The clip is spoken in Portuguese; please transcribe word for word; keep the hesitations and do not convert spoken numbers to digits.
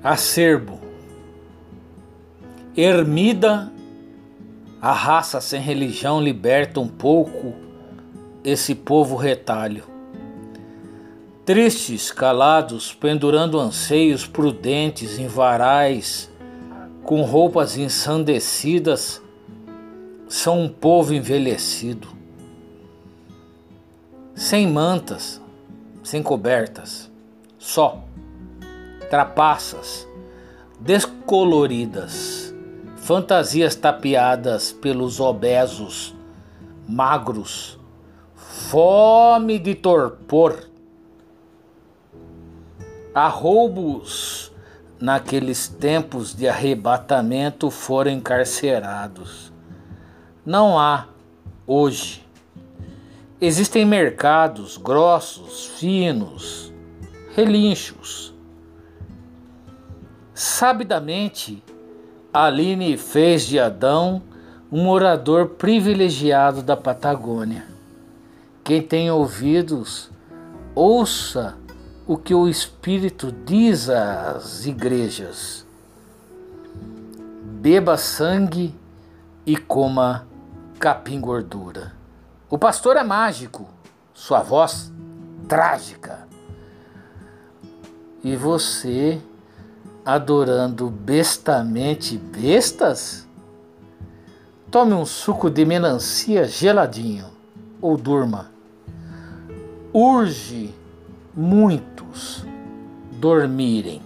Acerbo. Ermida, a raça sem religião liberta um pouco esse povo retalho. Tristes, calados, pendurando anseios prudentes em varais, com roupas ensandecidas, são um povo envelhecido. Sem mantas, sem cobertas, só trapaças descoloridas, fantasias tapeadas pelos obesos, magros, fome de torpor. Há roubos naqueles tempos de arrebatamento foram encarcerados. Não há hoje. Existem mercados grossos, finos, relinchos. Sabidamente, Aline fez de Adão um morador privilegiado da Patagônia. Quem tem ouvidos, ouça o que o Espírito diz às igrejas. Beba sangue e coma capim gordura. O pastor é mágico, sua voz trágica. E você adorando bestamente bestas? Tome um suco de melancia geladinho ou durma. Urge muitos dormirem.